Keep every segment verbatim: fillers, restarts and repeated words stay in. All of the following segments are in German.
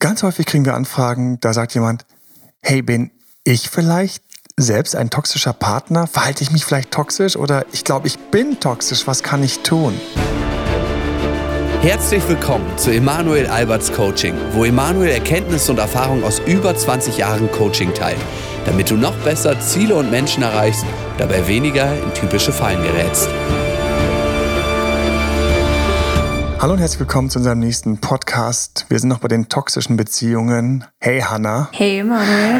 Ganz häufig kriegen wir Anfragen, da sagt jemand, hey, bin ich vielleicht selbst ein toxischer Partner? Verhalte ich mich vielleicht toxisch oder ich glaube, ich bin toxisch, was kann ich tun? Herzlich willkommen zu Emanuel Alberts Coaching, wo Emanuel Erkenntnisse und Erfahrung aus über zwanzig Jahren Coaching teilt, damit du noch besser Ziele und Menschen erreichst, dabei weniger in typische Fallen gerätst. Hallo und herzlich willkommen zu unserem nächsten Podcast. Wir sind noch bei den toxischen Beziehungen. Hey Hanna. Hey Emanuel.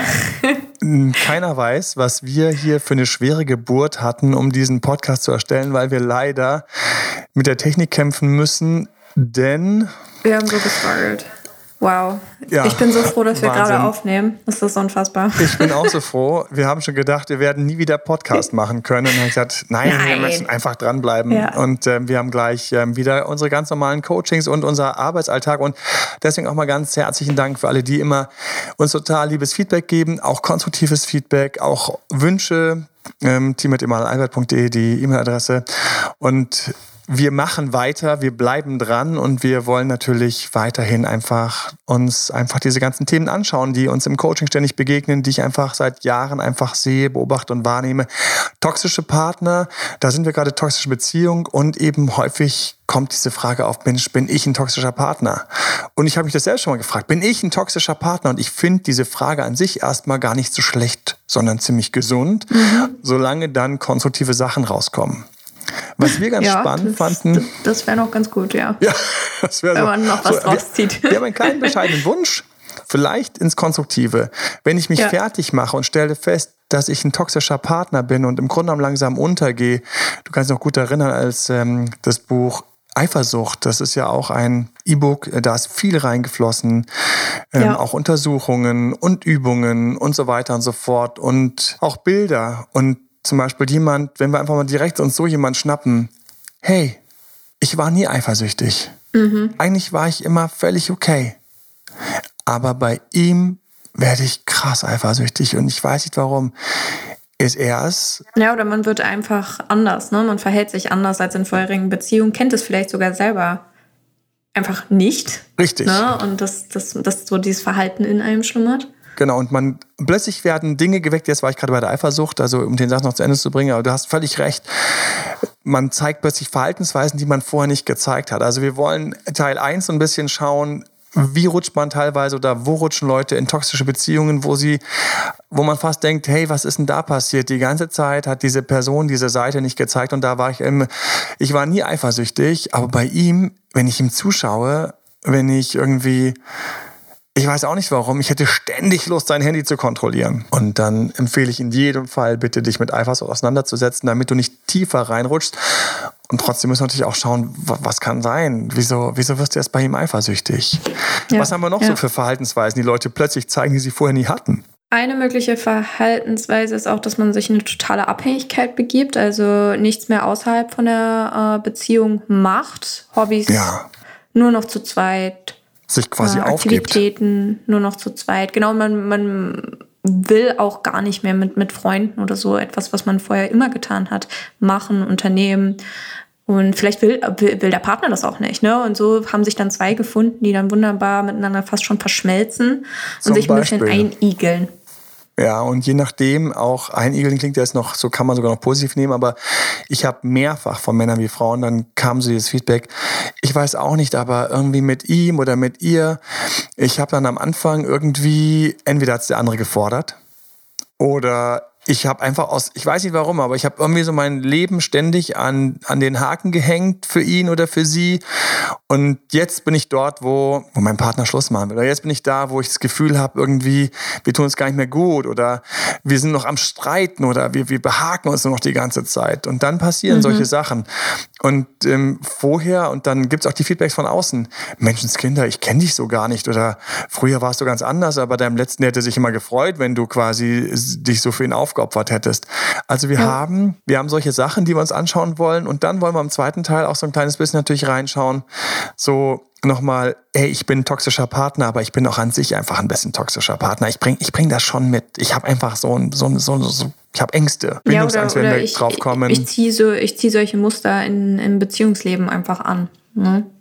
Keiner weiß, was wir hier für eine schwere Geburt hatten, um diesen Podcast zu erstellen, weil wir leider mit der Technik kämpfen müssen, denn... Wir haben so gestruggelt. Wow. Ja, ich bin so froh, dass wir Wahnsinn. gerade aufnehmen. Das ist unfassbar. Ich bin auch so froh. Wir haben schon gedacht, wir werden nie wieder Podcast machen können. Und dann habe ich gesagt, nein, Nein. wir müssen einfach dranbleiben. Ja. Und äh, wir haben gleich äh, wieder unsere ganz normalen Coachings und unser Arbeitsalltag. Und deswegen auch mal ganz herzlichen Dank für alle, die immer uns total liebes Feedback geben, auch konstruktives Feedback, auch Wünsche. Ähm, team at emanuel albert punkt de, die E-Mail-Adresse. Und wir machen weiter, wir bleiben dran und wir wollen natürlich weiterhin einfach uns einfach diese ganzen Themen anschauen, die uns im Coaching ständig begegnen, die ich einfach seit Jahren einfach sehe, beobachte und wahrnehme. Toxische Partner, da sind wir gerade toxische Beziehungen und eben häufig kommt diese Frage auf, Mensch, bin ich ein toxischer Partner? Und ich habe mich das selbst schon mal gefragt, bin ich ein toxischer Partner? Und ich finde diese Frage an sich erstmal gar nicht so schlecht, sondern ziemlich gesund, mhm. solange dann konstruktive Sachen rauskommen. Was wir ganz ja, spannend das, fanden. Das, das wäre noch ganz gut, ja. Ja, das wäre Wenn so, man noch was so, draus zieht. Wir, wir haben einen kleinen bescheidenen Wunsch, vielleicht ins Konstruktive. Wenn ich mich ja. fertig mache und stelle fest, dass ich ein toxischer Partner bin und im Grunde genommen langsam untergehe. Du kannst dich noch gut erinnern, als ähm, das Buch Eifersucht, das ist ja auch ein E-Book, da ist viel reingeflossen, ähm, ja. auch Untersuchungen und Übungen und so weiter und so fort und auch Bilder und zum Beispiel jemand, wenn wir einfach mal direkt uns so jemand schnappen, hey, ich war nie eifersüchtig. Mhm. Eigentlich war ich immer völlig okay. Aber bei ihm werde ich krass eifersüchtig und ich weiß nicht warum. Ist er es? Ja, oder man wird einfach anders, ne? Man verhält sich anders als in vorherigen Beziehungen, kennt es vielleicht sogar selber einfach nicht. Richtig. Ne? Und dass das, das so dieses Verhalten in einem schlummert. Genau, und man plötzlich werden Dinge geweckt, jetzt war ich gerade bei der Eifersucht, also um den Satz noch zu Ende zu bringen, aber du hast völlig recht. Man zeigt plötzlich Verhaltensweisen, die man vorher nicht gezeigt hat. Also wir wollen Teil eins so ein bisschen schauen, wie rutscht man teilweise oder wo rutschen Leute in toxische Beziehungen, wo sie, wo man fast denkt, hey, was ist denn da passiert? Die ganze Zeit hat diese Person diese Seite nicht gezeigt und da war ich im, ich war nie eifersüchtig, aber bei ihm, wenn ich ihm zuschaue, wenn ich irgendwie Ich weiß auch nicht warum. Ich hätte ständig Lust, sein Handy zu kontrollieren. Und dann empfehle ich in jedem Fall, bitte dich mit Eifersucht auseinanderzusetzen, damit du nicht tiefer reinrutschst. Und trotzdem müssen wir natürlich auch schauen, was kann sein? Wieso, wieso wirst du erst bei ihm eifersüchtig? Ja, was haben wir noch ja. so für Verhaltensweisen, die Leute plötzlich zeigen, die sie vorher nie hatten? Eine mögliche Verhaltensweise ist auch, dass man sich in eine totale Abhängigkeit begibt, also nichts mehr außerhalb von der äh, Beziehung macht, Hobbys ja. nur noch zu zweit. Sich quasi äh, aufgibt. Aktivitäten nur noch zu zweit. Genau, man, man will auch gar nicht mehr mit, mit Freunden oder so etwas, was man vorher immer getan hat, machen, unternehmen. Und vielleicht will, will, will der Partner das auch nicht. Ne? Und so haben sich dann zwei gefunden, die dann wunderbar miteinander fast schon verschmelzen und Zum sich ein Beispiel. bisschen einigeln. Ja, und je nachdem, auch einigeln klingt ja jetzt noch, so kann man sogar noch positiv nehmen, aber ich habe mehrfach von Männern wie Frauen, dann kam so dieses Feedback, ich weiß auch nicht, aber irgendwie mit ihm oder mit ihr, ich habe dann am Anfang irgendwie, entweder hat es der andere gefordert oder ich habe einfach aus, ich weiß nicht warum, aber ich habe irgendwie so mein Leben ständig an, an den Haken gehängt für ihn oder für sie. Und jetzt bin ich dort, wo, wo mein Partner Schluss machen will. Oder jetzt bin ich da, wo ich das Gefühl habe, irgendwie, wir tun es gar nicht mehr gut oder wir sind noch am Streiten oder wir, wir behaken uns nur noch die ganze Zeit. Und dann passieren mhm. solche Sachen. Und ähm, vorher, und dann gibt's auch die Feedbacks von außen. Menschenskinder, ich kenne dich so gar nicht. Oder früher warst du ganz anders, aber deinem letzten hätte sich immer gefreut, wenn du quasi dich so für ihn aufgeopfert hättest. Also wir ja. haben, wir haben solche Sachen, die wir uns anschauen wollen. Und dann wollen wir im zweiten Teil auch so ein kleines bisschen natürlich reinschauen. So nochmal, ey, ich bin ein toxischer Partner, aber ich bin auch an sich einfach ein bisschen toxischer Partner. Ich bring, ich bring das schon mit. Ich habe einfach so ein, so ein, so, so ich habe Ängste, Bindungsangst, ja, oder, wenn oder wir ich, drauf kommen. Ich, ich ziehe so, ich zieh solche Muster in, im Beziehungsleben einfach an. Ne?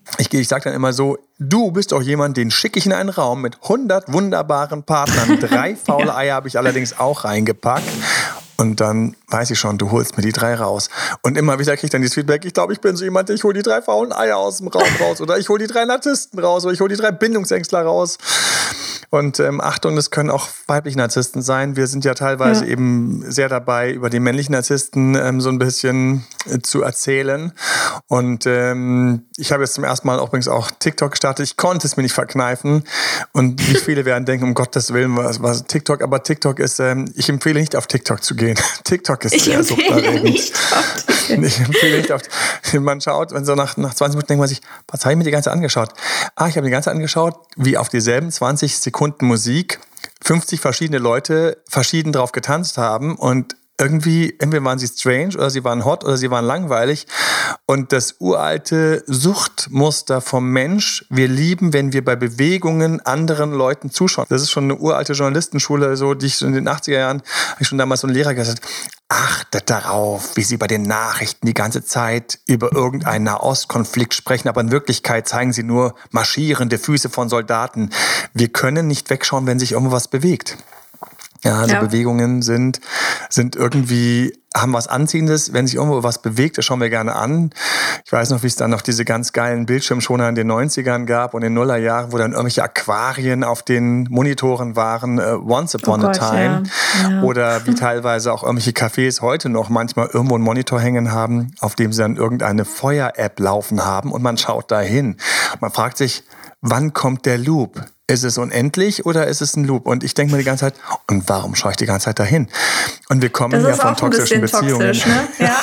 Ich, ich sage dann immer so, du bist doch jemand, den schicke ich in einen Raum mit hundert wunderbaren Partnern. Drei faule ja. Eier habe ich allerdings auch reingepackt. Und dann weiß ich schon, du holst mir die drei raus. Und immer wieder kriege ich dann dieses Feedback, ich glaube, ich bin so jemand, ich hole die drei faulen Eier aus dem Raum raus. Oder ich hole die drei Narzissten raus. Oder ich hole die drei Bindungsängstler raus. Und ähm, Achtung, das können auch weibliche Narzissten sein. Wir sind ja teilweise ja. eben sehr dabei, über die männlichen Narzissten ähm, so ein bisschen äh, zu erzählen. Und ähm, ich habe jetzt zum ersten Mal auch übrigens auch TikTok gestartet. Ich konnte es mir nicht verkneifen. Und wie viele werden denken, um Gottes Willen, was, was TikTok. Aber TikTok ist, ähm, ich empfehle nicht auf TikTok zu gehen. TikTok ist ich sehr suchterregend. Nicht ich empfehle nicht auf. Man schaut, und so nach, nach zwanzig Minuten denkt man sich, was habe ich mir die ganze Zeit angeschaut? Ah, ich habe mir die ganze Zeit angeschaut, wie auf dieselben zwanzig Sekunden Musik fünfzig verschiedene Leute verschieden drauf getanzt haben und irgendwie, entweder waren sie strange oder sie waren hot oder sie waren langweilig. Und das uralte Suchtmuster vom Mensch, wir lieben, wenn wir bei Bewegungen anderen Leuten zuschauen. Das ist schon eine uralte Journalistenschule, so, die ich in den achtziger Jahren, habe ich schon damals so einen Lehrer gesagt, achtet darauf, wie sie bei den Nachrichten die ganze Zeit über irgendeinen Nahostkonflikt sprechen, aber in Wirklichkeit zeigen sie nur marschierende Füße von Soldaten. Wir können nicht wegschauen, wenn sich irgendwas bewegt. Ja, also ja. Bewegungen sind, sind irgendwie, haben was Anziehendes. Wenn sich irgendwo was bewegt, das schauen wir gerne an. Ich weiß noch, wie es dann noch diese ganz geilen Bildschirmschoner in den neunzigern gab und in den Nullerjahren, wo dann irgendwelche Aquarien auf den Monitoren waren, uh, Once Upon oh Gott, a Time. Ja. Ja. Oder wie teilweise auch irgendwelche Cafés heute noch manchmal irgendwo einen Monitor hängen haben, auf dem sie dann irgendeine Feuer-App laufen haben und man schaut da hin. Man fragt sich, wann kommt der Loop? Ist es unendlich oder ist es ein Loop? Und ich denke mir die ganze Zeit, und warum schaue ich die ganze Zeit dahin? Und wir kommen ja von toxischen Beziehungen. Toxisch, ne? Ja.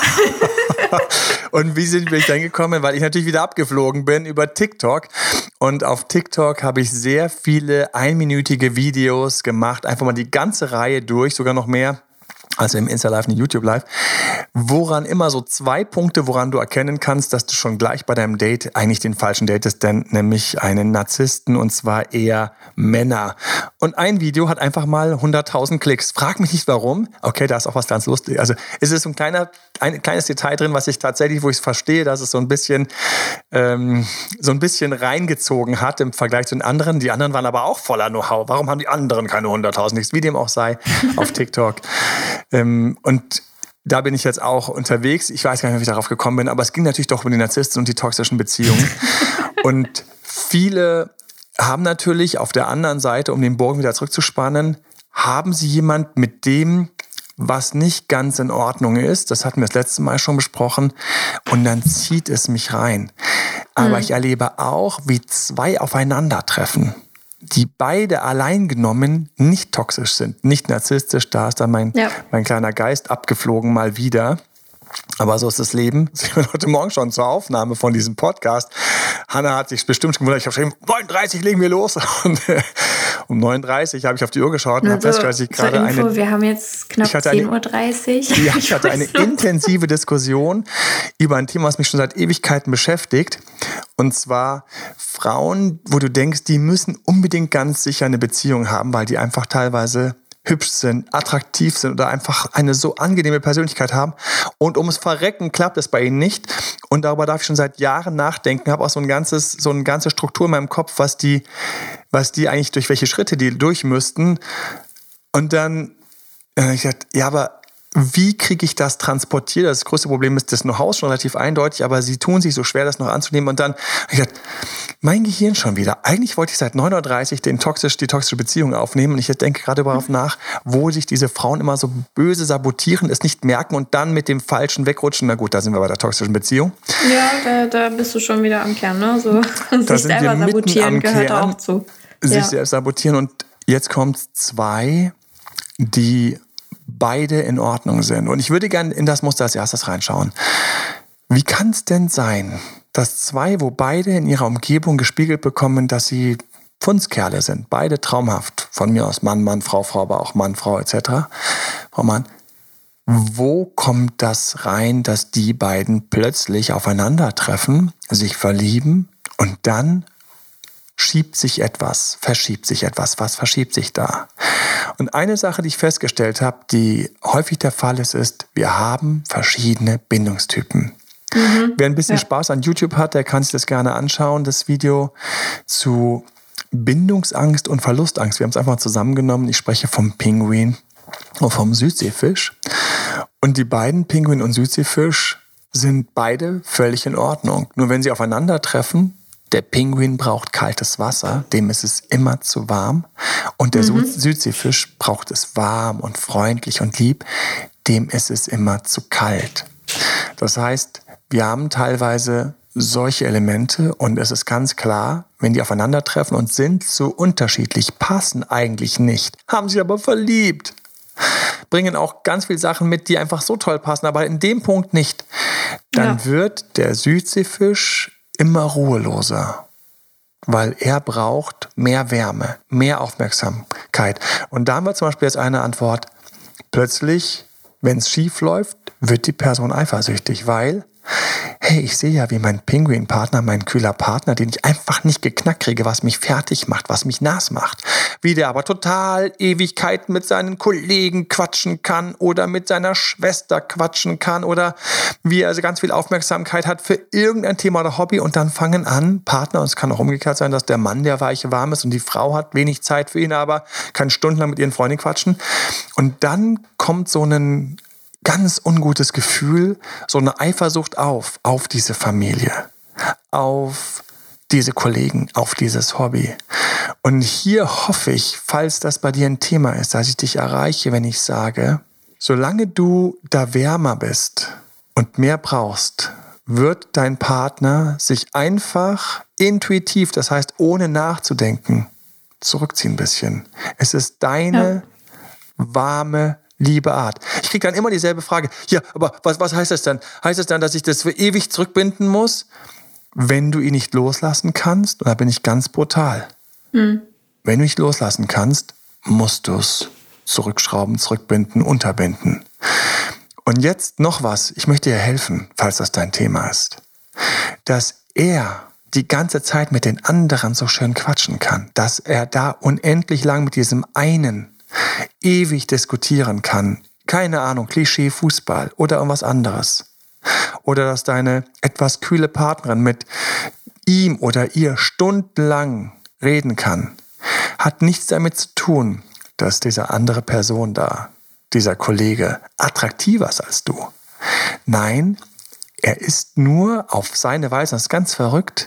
Und wie sind wir dann gekommen? Weil ich natürlich wieder abgeflogen bin über TikTok. Und auf TikTok habe ich sehr viele einminütige Videos gemacht. Einfach mal die ganze Reihe durch, sogar noch mehr. Also im Insta-Live und YouTube-Live, woran immer so zwei Punkte, woran du erkennen kannst, dass du schon gleich bei deinem Date eigentlich den falschen datest, denn nämlich einen Narzissten und zwar eher Männer. Und ein Video hat einfach mal hunderttausend Klicks. Frag mich nicht warum. Okay, da ist auch was ganz lustig. Also es ist so ein kleiner, ein kleines Detail drin, was ich tatsächlich, wo ich es verstehe, dass es so ein bisschen, ähm, so ein bisschen reingezogen hat im Vergleich zu den anderen. Die anderen waren aber auch voller Know-how. Warum haben die anderen keine hunderttausend? Wie dem auch sei, auf TikTok. Ähm, und da bin ich jetzt auch unterwegs. Ich weiß gar nicht, wie ich darauf gekommen bin, aber es ging natürlich doch um die Narzissten und die toxischen Beziehungen. Und viele haben natürlich auf der anderen Seite, um den Bogen wieder zurückzuspannen, haben sie jemand, mit dem was nicht ganz in Ordnung ist. Das hatten wir das letzte Mal schon besprochen. Und dann zieht es mich rein. Aber mhm. ich erlebe auch, wie zwei aufeinandertreffen, die beide allein genommen nicht toxisch sind, nicht narzisstisch. Da ist dann mein, ja. mein kleiner Geist abgeflogen mal wieder. Aber so ist das Leben. Ich bin heute Morgen schon zur Aufnahme von diesem Podcast. Hanna hat sich bestimmt gewundert. Ich habe geschrieben, neununddreißig legen wir los. Und äh, um neun Uhr dreißig habe ich auf die Uhr geschaut und also, habe festgestellt, dass ich gerade eine... Wir haben jetzt knapp zehn Uhr dreißig. Ja, ich hatte eine intensive Diskussion über ein Thema, was mich schon seit Ewigkeiten beschäftigt. Und zwar Frauen, wo du denkst, die müssen unbedingt ganz sicher eine Beziehung haben, weil die einfach teilweise hübsch sind, attraktiv sind oder einfach eine so angenehme Persönlichkeit haben. Und ums Verrecken klappt es bei ihnen nicht. Und darüber darf ich schon seit Jahren nachdenken. Habe auch so ein ganzes, so eine ganze Struktur in meinem Kopf, was die, was die eigentlich, durch welche Schritte die durch müssten. Und dann äh, ich dachte, ja, aber wie kriege ich das transportiert? Das größte Problem ist das Know-how schon relativ eindeutig, aber sie tun sich so schwer, das noch anzunehmen. Und dann, ich dachte, mein Gehirn schon wieder. Eigentlich wollte ich seit neun Uhr dreißig den toxisch, die toxische Beziehung aufnehmen. Und ich denke gerade darauf nach, wo sich diese Frauen immer so böse sabotieren, es nicht merken und dann mit dem Falschen wegrutschen. Na gut, da sind wir bei der toxischen Beziehung. Ja, da, da bist du schon wieder am Kern, ne? So, da sich selber sabotieren gehört Kern, auch zu. Sich ja. selbst sabotieren. Und jetzt kommt zwei, die beide in Ordnung sind. Und ich würde gerne in das Muster als erstes reinschauen. Wie kann es denn sein, dass zwei, wo beide in ihrer Umgebung gespiegelt bekommen, dass sie Pfundskerle sind, beide traumhaft, von mir aus Mann, Mann, Frau, Frau, aber auch Mann, Frau et cetera. Frau Mann, wo kommt das rein, dass die beiden plötzlich aufeinandertreffen, sich verlieben und dann schiebt sich etwas, verschiebt sich etwas. Was verschiebt sich da? Und eine Sache, die ich festgestellt habe, die häufig der Fall ist, ist, wir haben verschiedene Bindungstypen. Mhm. Wer ein bisschen ja. Spaß an YouTube hat, der kann sich das gerne anschauen, das Video zu Bindungsangst und Verlustangst. Wir haben es einfach zusammengenommen. Ich spreche vom Pinguin und vom Südseefisch. Und die beiden, Pinguin und Südseefisch, sind beide völlig in Ordnung. Nur wenn sie aufeinandertreffen, der Pinguin braucht kaltes Wasser, dem ist es immer zu warm. Und der mhm. Südseefisch braucht es warm und freundlich und lieb, dem ist es immer zu kalt. Das heißt, wir haben teilweise solche Elemente und es ist ganz klar, wenn die aufeinandertreffen und sind so unterschiedlich, passen eigentlich nicht, haben sich aber verliebt, bringen auch ganz viele Sachen mit, die einfach so toll passen, aber in dem Punkt nicht, dann ja. wird der Südseefisch immer ruheloser, weil er braucht mehr Wärme, mehr Aufmerksamkeit. Und da haben wir zum Beispiel jetzt eine Antwort, plötzlich, wenn es schief läuft, wird die Person eifersüchtig, weil hey, ich sehe ja, wie mein Pinguin-Partner, mein kühler Partner, den ich einfach nicht geknackt kriege, was mich fertig macht, was mich nass macht. Wie der aber total Ewigkeiten mit seinen Kollegen quatschen kann oder mit seiner Schwester quatschen kann oder wie er also ganz viel Aufmerksamkeit hat für irgendein Thema oder Hobby und dann fangen an, Partner, und es kann auch umgekehrt sein, dass der Mann der weiche warm ist und die Frau hat wenig Zeit für ihn, aber kann stundenlang mit ihren Freunden quatschen. Und dann kommt so ein ganz ungutes Gefühl, so eine Eifersucht auf, auf diese Familie, auf diese Kollegen, auf dieses Hobby. Und hier hoffe ich, falls das bei dir ein Thema ist, dass ich dich erreiche, wenn ich sage, solange du da wärmer bist und mehr brauchst, wird dein Partner sich einfach intuitiv, das heißt ohne nachzudenken, zurückziehen ein bisschen. Es ist deine ja. warme liebe Art. Ich kriege dann immer dieselbe Frage. Ja, aber was, was heißt das dann? Heißt das dann, dass ich das für ewig zurückbinden muss? Wenn du ihn nicht loslassen kannst, und da bin ich ganz brutal, hm. wenn du nicht loslassen kannst, musst du es zurückschrauben, zurückbinden, unterbinden. Und jetzt noch was. Ich möchte dir helfen, falls das dein Thema ist. Dass er die ganze Zeit mit den anderen so schön quatschen kann. Dass er da unendlich lang mit diesem einen ewig diskutieren kann. Keine Ahnung, Klischee, Fußball oder irgendwas anderes. Oder dass deine etwas kühle Partnerin mit ihm oder ihr stundenlang reden kann. Hat nichts damit zu tun, dass diese andere Person da, dieser Kollege, attraktiver ist als du. Nein, er ist nur auf seine Weise, das ist ganz verrückt,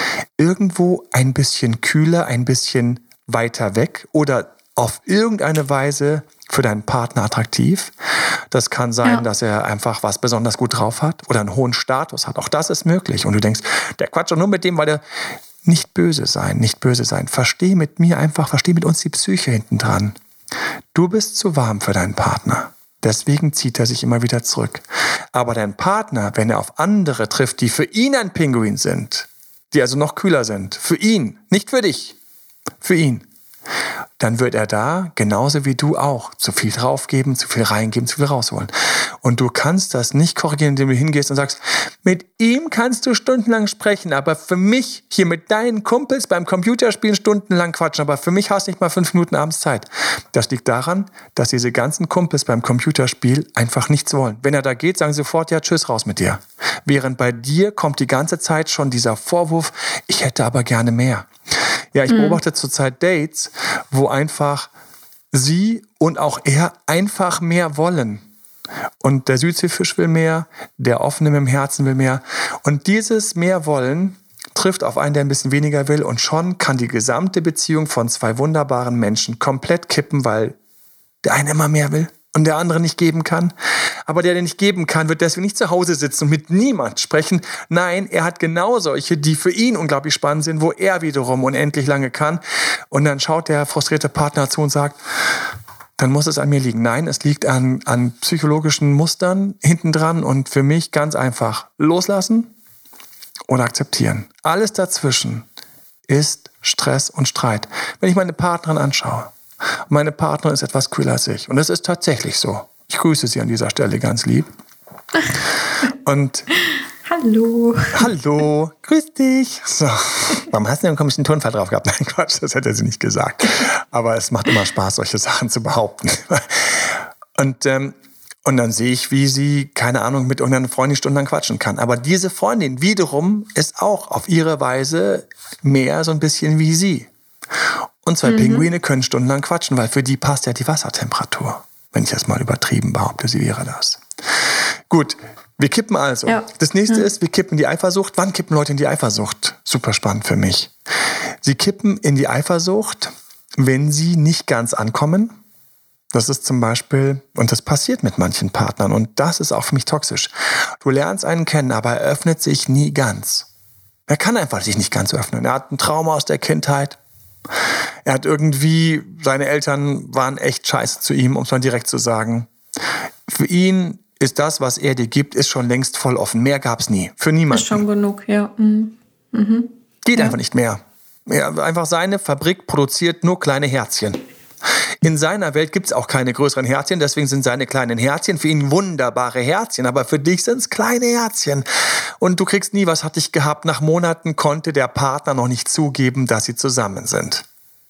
irgendwo ein bisschen kühler, ein bisschen weiter weg oder auf irgendeine Weise für deinen Partner attraktiv. Das kann sein, ja. dass er einfach was besonders gut drauf hat oder einen hohen Status hat. Auch das ist möglich. Und du denkst, der quatscht doch nur mit dem, weil er nicht böse sein, nicht böse sein. Versteh mit mir einfach, versteh mit uns die Psyche hinten dran. Du bist zu warm für deinen Partner. Deswegen zieht er sich immer wieder zurück. Aber dein Partner, wenn er auf andere trifft, die für ihn ein Pinguin sind, die also noch kühler sind, für ihn, nicht für dich, für ihn, dann wird er da, genauso wie du auch, zu viel draufgeben, zu viel reingeben, zu viel rausholen. Und du kannst das nicht korrigieren, indem du hingehst und sagst, mit ihm kannst du stundenlang sprechen, aber für mich, hier mit deinen Kumpels beim Computerspielen stundenlang quatschen, aber für mich hast du nicht mal fünf Minuten abends Zeit. Das liegt daran, dass diese ganzen Kumpels beim Computerspiel einfach nichts wollen. Wenn er da geht, sagen sie sofort, ja, tschüss, raus mit dir. Während bei dir kommt die ganze Zeit schon dieser Vorwurf, ich hätte aber gerne mehr. Ja, ich beobachte mhm. zurzeit Dates, wo einfach sie und auch er einfach mehr wollen. Und der Südseefisch will mehr, der Offene mit dem Herzen will mehr. Und dieses mehr wollen trifft auf einen, der ein bisschen weniger will. Und schon kann die gesamte Beziehung von zwei wunderbaren Menschen komplett kippen, weil der eine immer mehr will und der andere nicht geben kann. Aber der, der nicht geben kann, wird deswegen nicht zu Hause sitzen und mit niemand sprechen. Nein, er hat genau solche, die für ihn unglaublich spannend sind, wo er wiederum unendlich lange kann. Und dann schaut der frustrierte Partner zu und sagt, dann muss es an mir liegen. Nein, es liegt an, an psychologischen Mustern hinten dran und für mich ganz einfach loslassen oder akzeptieren. Alles dazwischen ist Stress und Streit. Wenn ich meine Partnerin anschaue, meine Partnerin ist etwas kühler als ich und es ist tatsächlich so. Ich grüße sie an dieser Stelle ganz lieb. Und hallo. Hallo, grüß dich. So. Warum hast du denn einen komischen Tonfall drauf gehabt? Nein, Quatsch, das hätte sie nicht gesagt. Aber es macht immer Spaß, solche Sachen zu behaupten. Und, ähm, Und dann sehe ich, wie sie, keine Ahnung, mit irgendeiner Freundin stundenlang quatschen kann. Aber diese Freundin wiederum ist auch auf ihre Weise mehr so ein bisschen wie sie. Und zwei mhm. Pinguine können stundenlang quatschen, weil für die passt ja die Wassertemperatur. Wenn ich das mal übertrieben behaupte, sie wäre das. Gut, wir kippen also. Ja. Das nächste mhm. ist, wir kippen die Eifersucht. Wann kippen Leute in die Eifersucht? Super spannend für mich. Sie kippen in die Eifersucht, wenn sie nicht ganz ankommen. Das ist zum Beispiel, und das passiert mit manchen Partnern, und das ist auch für mich toxisch. Du lernst einen kennen, aber er öffnet sich nie ganz. Er kann einfach sich nicht ganz öffnen. Er hat ein Trauma aus der Kindheit. Er hat irgendwie, seine Eltern waren echt scheiße zu ihm, um es mal direkt zu sagen. Für ihn ist das, was er dir gibt, ist schon längst voll offen. Mehr gab es nie. Für niemanden. Ist schon genug, ja. Mhm. Mhm. Geht ja. einfach nicht mehr. Ja, einfach seine Fabrik produziert nur kleine Herzchen. In seiner Welt gibt es auch keine größeren Herzchen, deswegen sind seine kleinen Herzchen für ihn wunderbare Herzchen, aber für dich sind es kleine Herzchen. Und du kriegst nie, was hatte ich gehabt, nach Monaten konnte der Partner noch nicht zugeben, dass sie zusammen sind.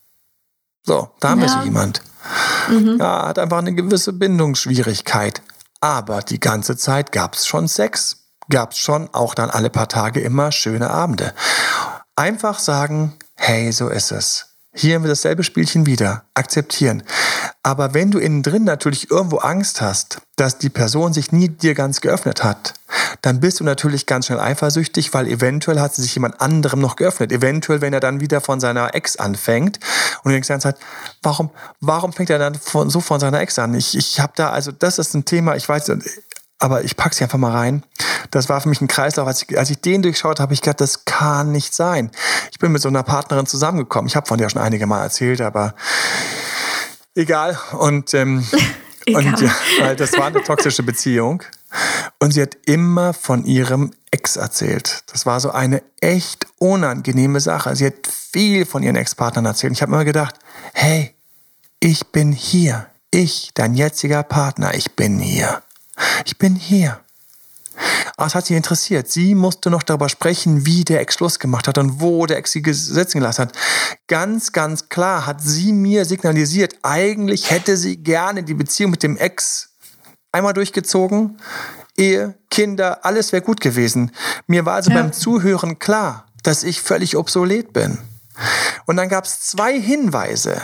So, da haben ja. wir so jemand. Mhm. Ja, hat einfach eine gewisse Bindungsschwierigkeit. Aber die ganze Zeit gab es schon Sex, gab es schon auch dann alle paar Tage immer schöne Abende. Einfach sagen, hey, so ist es. Hier haben wir dasselbe Spielchen wieder. Akzeptieren. Aber wenn du innen drin natürlich irgendwo Angst hast, dass die Person sich nie dir ganz geöffnet hat, dann bist du natürlich ganz schnell eifersüchtig, weil eventuell hat sie sich jemand anderem noch geöffnet. Eventuell, wenn er dann wieder von seiner Ex anfängt und du denkst dann, warum, warum fängt er dann von, so von seiner Ex an? Ich, ich habe da, also das ist ein Thema, ich weiß, aber ich pack's hier einfach mal rein. Das war für mich ein Kreislauf. Als ich, als ich den durchschaut habe, habe ich gedacht, das kann nicht sein. Ich bin mit so einer Partnerin zusammengekommen. Ich habe von der schon einige Mal erzählt, aber egal. Und, ähm, egal. und ja, weil das war eine toxische Beziehung. Und sie hat immer von ihrem Ex erzählt. Das war so eine echt unangenehme Sache. Sie hat viel von ihren Ex-Partnern erzählt. Ich habe immer gedacht, hey, ich bin hier. Ich, dein jetziger Partner, ich bin hier. Ich bin hier. Aber es hat sie interessiert. Sie musste noch darüber sprechen, wie der Ex Schluss gemacht hat und wo der Ex sie sitzen gelassen hat. Ganz, ganz klar hat sie mir signalisiert, eigentlich hätte sie gerne die Beziehung mit dem Ex einmal durchgezogen. Ehe, Kinder, alles wäre gut gewesen. Mir war also ja. beim Zuhören klar, dass ich völlig obsolet bin. Und dann gab es zwei Hinweise,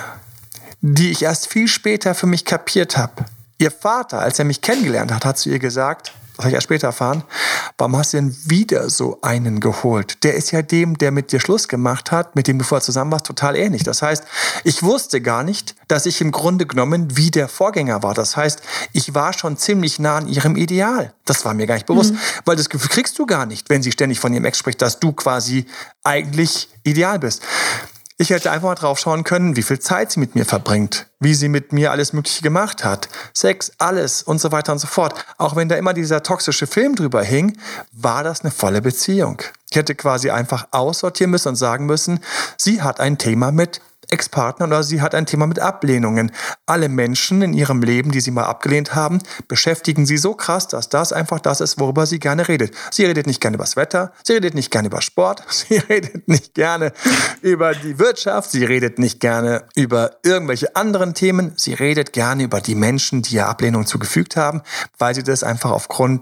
die ich erst viel später für mich kapiert habe. Ihr Vater, als er mich kennengelernt hat, hat zu ihr gesagt, das habe ich erst später erfahren, warum hast du denn wieder so einen geholt? Der ist ja dem, der mit dir Schluss gemacht hat, mit dem du vorher zusammen warst, total ähnlich. Das heißt, ich wusste gar nicht, dass ich im Grunde genommen wie der Vorgänger war. Das heißt, ich war schon ziemlich nah an ihrem Ideal. Das war mir gar nicht bewusst, mhm. weil das Gefühl kriegst du gar nicht, wenn sie ständig von ihrem Ex spricht, dass du quasi eigentlich ideal bist. Ich hätte einfach mal drauf schauen können, wie viel Zeit sie mit mir verbringt, wie sie mit mir alles Mögliche gemacht hat. Sex, alles und so weiter und so fort. Auch wenn da immer dieser toxische Film drüber hing, war das eine volle Beziehung. Ich hätte quasi einfach aussortieren müssen und sagen müssen, sie hat ein Thema mit Ex-Partner oder sie hat ein Thema mit Ablehnungen. Alle Menschen in ihrem Leben, die sie mal abgelehnt haben, beschäftigen sie so krass, dass das einfach das ist, worüber sie gerne redet. Sie redet nicht gerne über das Wetter, sie redet nicht gerne über Sport, sie redet nicht gerne über die Wirtschaft, sie redet nicht gerne über irgendwelche anderen Themen, sie redet gerne über die Menschen, die ihr Ablehnung zugefügt haben, weil sie das einfach aufgrund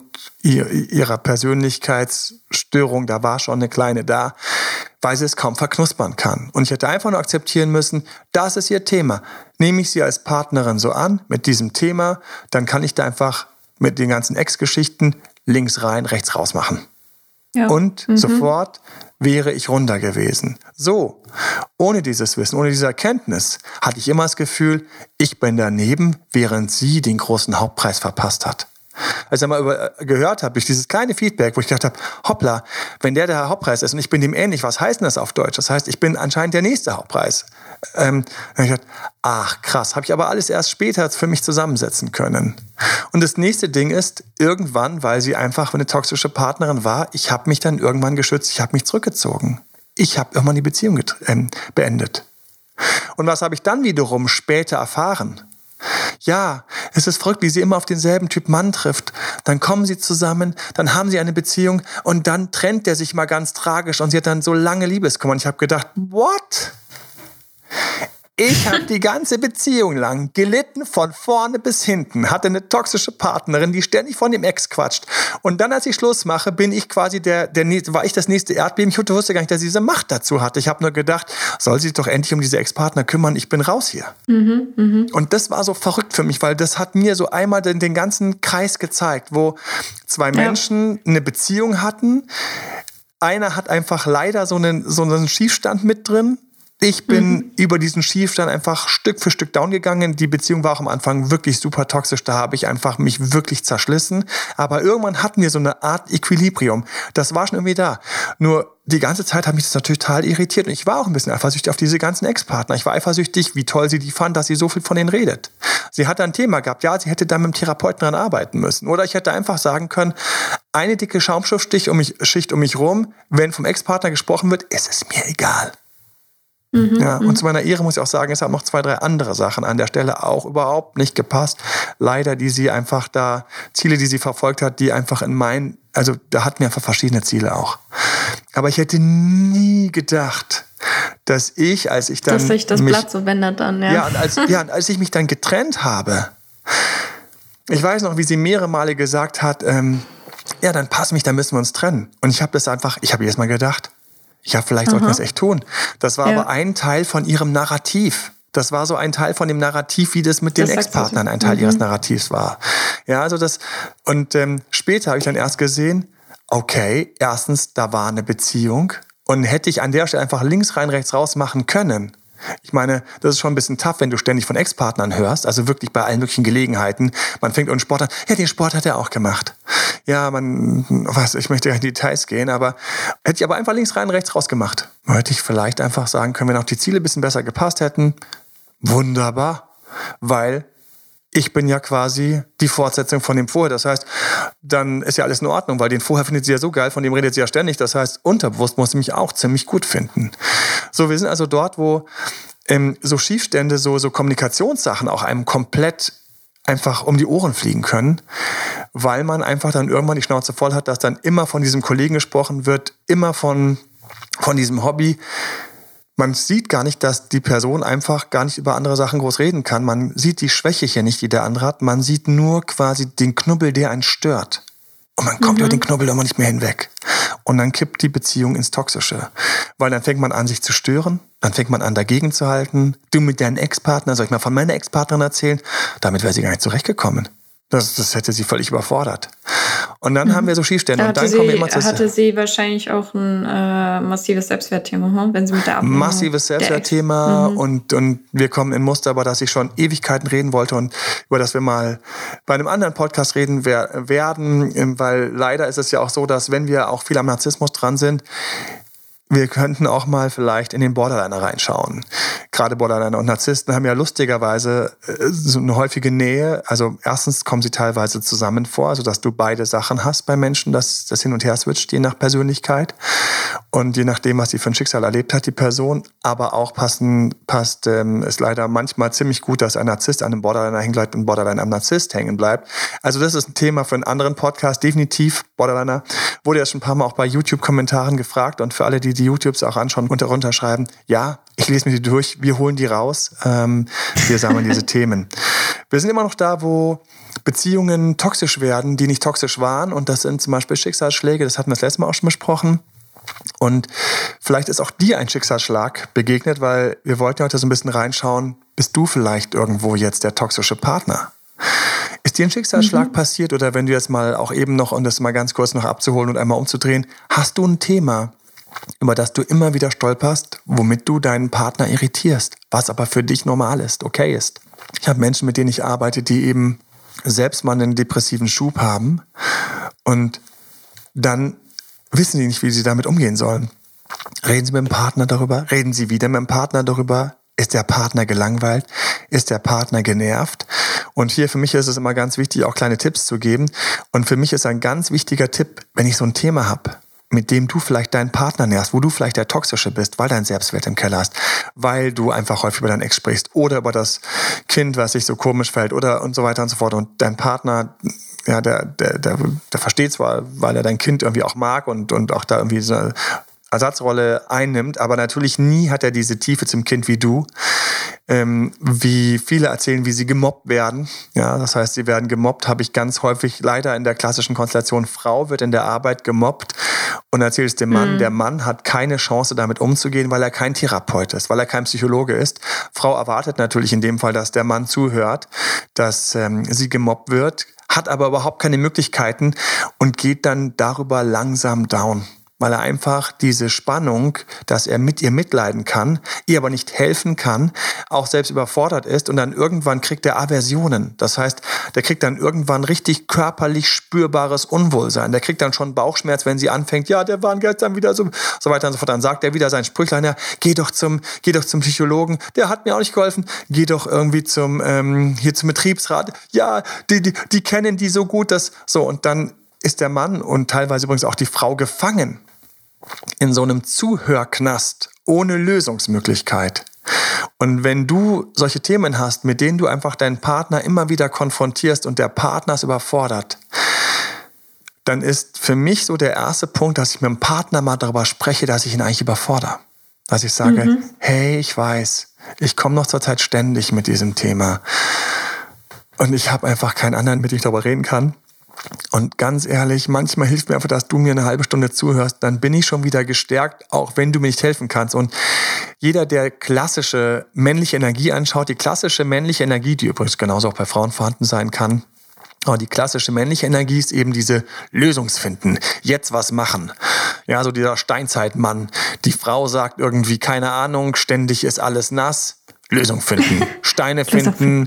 ihrer Persönlichkeitsstörung, da war schon eine kleine da, weil sie es kaum verknuspern kann. Und ich hätte einfach nur akzeptieren müssen, das ist ihr Thema. Nehme ich sie als Partnerin so an, mit diesem Thema, dann kann ich da einfach mit den ganzen Ex-Geschichten links rein, rechts raus machen. Ja. Und mhm. sofort wäre ich runter gewesen. So, ohne dieses Wissen, ohne diese Erkenntnis, hatte ich immer das Gefühl, ich bin daneben, während sie den großen Hauptpreis verpasst hat. Als ich mal über, gehört habe, durch dieses kleine Feedback, wo ich gedacht habe, hoppla, wenn der der Hauptpreis ist und ich bin dem ähnlich, was heißt denn das auf Deutsch? Das heißt, ich bin anscheinend der nächste Hauptpreis. Ähm, dann habe ich gedacht, ach krass, habe ich aber alles erst später für mich zusammensetzen können. Und das nächste Ding ist, irgendwann, weil sie einfach eine toxische Partnerin war, ich habe mich dann irgendwann geschützt, ich habe mich zurückgezogen. Ich habe irgendwann die Beziehung get- ähm, beendet. Und was habe ich dann wiederum später erfahren? Ja, es ist verrückt, wie sie immer auf denselben Typ Mann trifft. Dann kommen sie zusammen, dann haben sie eine Beziehung und dann trennt der sich mal ganz tragisch und sie hat dann so lange Liebeskummer. Und ich habe gedacht, what? Ich habe die ganze Beziehung lang gelitten von vorne bis hinten, hatte eine toxische Partnerin, die ständig von dem Ex quatscht. Und dann, als ich Schluss mache, bin ich quasi der, der war ich das nächste Erdbeben. Ich wusste gar nicht, dass sie diese Macht dazu hatte. Ich habe nur gedacht, soll sie sich doch endlich um diese Ex-Partner kümmern, ich bin raus hier. Mhm, mh. Und das war so verrückt für mich, weil das hat mir so einmal den, den ganzen Kreis gezeigt, wo zwei Menschen ja. eine Beziehung hatten. Einer hat einfach leider so einen, so einen Schiefstand mit drin. Ich bin mhm. über diesen Schiefstand einfach Stück für Stück down gegangen. Die Beziehung war auch am Anfang wirklich super toxisch. Da habe ich einfach mich wirklich zerschlissen. Aber irgendwann hatten wir so eine Art Equilibrium. Das war schon irgendwie da. Nur die ganze Zeit hat mich das natürlich total irritiert. Und ich war auch ein bisschen eifersüchtig auf diese ganzen Ex-Partner. Ich war eifersüchtig, wie toll sie die fand, dass sie so viel von denen redet. Sie hatte ein Thema gehabt. Ja, sie hätte da mit dem Therapeuten dran arbeiten müssen. Oder ich hätte einfach sagen können, eine dicke Schaumstoffschicht um mich, Schicht um mich rum. Wenn vom Ex-Partner gesprochen wird, ist es mir egal. Mhm, ja, und zu meiner Ehre muss ich auch sagen, es haben noch zwei, drei andere Sachen an der Stelle auch überhaupt nicht gepasst. Leider, die sie einfach da, Ziele, die sie verfolgt hat, die einfach in meinen, also da hatten wir einfach verschiedene Ziele auch. Aber ich hätte nie gedacht, dass ich, als ich dann... Dass sich das mich, Blatt so wendet dann, ja. Ja, und als, ja, und als ich mich dann getrennt habe, ich weiß noch, wie sie mehrere Male gesagt hat, ähm, ja, dann pass mich, dann müssen wir uns trennen. Und ich habe das einfach, ich habe jedes Mal gedacht, ja, vielleicht sollten wir es echt tun. Das war ja. aber ein Teil von ihrem Narrativ. Das war so ein Teil von dem Narrativ, wie das mit das den Ex-Partnern ein Teil mhm. ihres Narrativs war. Ja, also das, und ähm, später habe ich dann erst gesehen, okay, erstens, da war eine Beziehung und hätte ich an der Stelle einfach links rein, rechts raus machen können. Ich meine, das ist schon ein bisschen tough, wenn du ständig von Ex-Partnern hörst, also wirklich bei allen möglichen Gelegenheiten. Man fängt an Sport an, ja, den Sport hat er auch gemacht. Ja, man, was, ich möchte ja in die Details gehen, aber hätte ich aber einfach links rein, rechts raus gemacht. Hätte ich vielleicht einfach sagen können, wenn auch die Ziele ein bisschen besser gepasst hätten, wunderbar, weil ich bin ja quasi die Fortsetzung von dem Vorher. Das heißt, dann ist ja alles in Ordnung, weil den Vorher findet sie ja so geil, von dem redet sie ja ständig. Das heißt, unterbewusst muss sie mich auch ziemlich gut finden. So, wir sind also dort, wo ähm, so Schiefstände, so, so Kommunikationssachen auch einem komplett einfach um die Ohren fliegen können, weil man einfach dann irgendwann die Schnauze voll hat, dass dann immer von diesem Kollegen gesprochen wird, immer von, von diesem Hobby. Man sieht gar nicht, dass die Person einfach gar nicht über andere Sachen groß reden kann. Man sieht die Schwäche hier nicht, die der andere hat. Man sieht nur quasi den Knubbel, der einen stört. Und man kommt mhm. über den Knubbel immer nicht mehr hinweg. Und dann kippt die Beziehung ins Toxische. Weil dann fängt man an, sich zu stören. Dann fängt man an, dagegen zu halten. Du mit deinem Ex-Partner, soll ich mal von meiner Ex-Partnerin erzählen? Damit wäre sie gar nicht zurechtgekommen. Das, das hätte sie völlig überfordert. Und dann mhm. haben wir so Schiefstände. Und dann sie, kommen wir immer zu hatte sie wahrscheinlich auch ein äh, massives Selbstwertthema, hm? wenn sie mit der Ablehnung... Massives Selbstwertthema mhm. und, und wir kommen in Muster, über das ich schon Ewigkeiten reden wollte und über das wir mal bei einem anderen Podcast reden werden, weil leider ist es ja auch so, dass wenn wir auch viel am Narzissmus dran sind, wir könnten auch mal vielleicht in den Borderliner reinschauen. Gerade Borderliner und Narzissten haben ja lustigerweise so eine häufige Nähe. Also erstens kommen sie teilweise zusammen vor, also dass du beide Sachen hast bei Menschen, dass das hin und her switcht, je nach Persönlichkeit und je nachdem, was sie für ein Schicksal erlebt hat, die Person. Aber auch passen, passt ähm, ist leider manchmal ziemlich gut, dass ein Narzisst an einem Borderliner hängen bleibt und ein Borderliner am Narzisst hängen bleibt. Also das ist ein Thema für einen anderen Podcast, definitiv. Borderliner wurde ja schon ein paar Mal auch bei YouTube-Kommentaren gefragt und für alle, die die YouTubes auch anschauen und darunter schreiben, ja, ich lese mir die durch, wir holen die raus, ähm, wir sammeln diese Themen. Wir sind immer noch da, wo Beziehungen toxisch werden, die nicht toxisch waren und das sind zum Beispiel Schicksalsschläge, das hatten wir das letzte Mal auch schon besprochen. Und vielleicht ist auch dir ein Schicksalsschlag begegnet, weil wir wollten ja heute so ein bisschen reinschauen, bist du vielleicht irgendwo jetzt der toxische Partner? Ist dir ein Schicksalsschlag mhm. passiert oder wenn du jetzt mal auch eben noch, um das mal ganz kurz noch abzuholen und einmal umzudrehen, hast du ein Thema, über das du immer wieder stolperst, womit du deinen Partner irritierst, was aber für dich normal ist, okay ist. Ich habe Menschen, mit denen ich arbeite, die eben selbst mal einen depressiven Schub haben und dann wissen die nicht, wie sie damit umgehen sollen. Reden sie mit dem Partner darüber? Reden sie wieder mit dem Partner darüber? Ist der Partner gelangweilt? Ist der Partner genervt? Und hier für mich ist es immer ganz wichtig, auch kleine Tipps zu geben. Und für mich ist ein ganz wichtiger Tipp, wenn ich so ein Thema habe, mit dem du vielleicht deinen Partner nährst, wo du vielleicht der Toxische bist, weil dein Selbstwert im Keller hast, weil du einfach häufig über deinen Ex sprichst oder über das Kind, was sich so komisch fällt oder und so weiter und so fort. Und dein Partner, ja, der, der, der, der versteht zwar, weil er dein Kind irgendwie auch mag und, und auch da irgendwie so eine Ersatzrolle einnimmt, aber natürlich nie hat er diese Tiefe zum Kind wie du. ähm, wie viele erzählen, wie sie gemobbt werden. Ja, das heißt, sie werden gemobbt, habe ich ganz häufig leider in der klassischen Konstellation, Frau wird in der Arbeit gemobbt und erzählt es dem Mann, mhm. der Mann hat keine Chance damit umzugehen, weil er kein Therapeut ist, weil er kein Psychologe ist. Frau erwartet natürlich in dem Fall, dass der Mann zuhört, dass ähm, sie gemobbt wird, hat aber überhaupt keine Möglichkeiten und geht dann darüber langsam down, weil er einfach diese Spannung, dass er mit ihr mitleiden kann, ihr aber nicht helfen kann, auch selbst überfordert ist und dann irgendwann kriegt er Aversionen. Das heißt, der kriegt dann irgendwann richtig körperlich spürbares Unwohlsein. Der kriegt dann schon Bauchschmerz, wenn sie anfängt, ja, der war gestern wieder so, so weiter und so fort. Dann sagt er wieder sein Sprüchlein, ja, geh doch zum, geh doch zum Psychologen, der hat mir auch nicht geholfen. Geh doch irgendwie zum, ähm, hier zum Betriebsrat. Ja, die, die, die kennen die so gut, dass, so, und dann ist der Mann und teilweise übrigens auch die Frau gefangen in so einem Zuhörknast ohne Lösungsmöglichkeit. Und wenn du solche Themen hast, mit denen du einfach deinen Partner immer wieder konfrontierst und der Partner ist überfordert, dann ist für mich so der erste Punkt, dass ich mit dem Partner mal darüber spreche, dass ich ihn eigentlich überfordere. Dass ich sage, mhm. hey, ich weiß, ich komme noch zur Zeit ständig mit diesem Thema und ich habe einfach keinen anderen, mit dem ich darüber reden kann. Und ganz ehrlich, manchmal hilft mir einfach, dass du mir eine halbe Stunde zuhörst, dann bin ich schon wieder gestärkt, auch wenn du mir nicht helfen kannst. Und jeder, der klassische männliche Energie anschaut, die klassische männliche Energie, die übrigens genauso auch bei Frauen vorhanden sein kann, aber die klassische männliche Energie ist eben diese Lösungsfinden, jetzt was machen. Ja, so dieser Steinzeitmann. Die Frau sagt irgendwie, keine Ahnung, ständig ist alles nass. Lösung finden, Steine finden,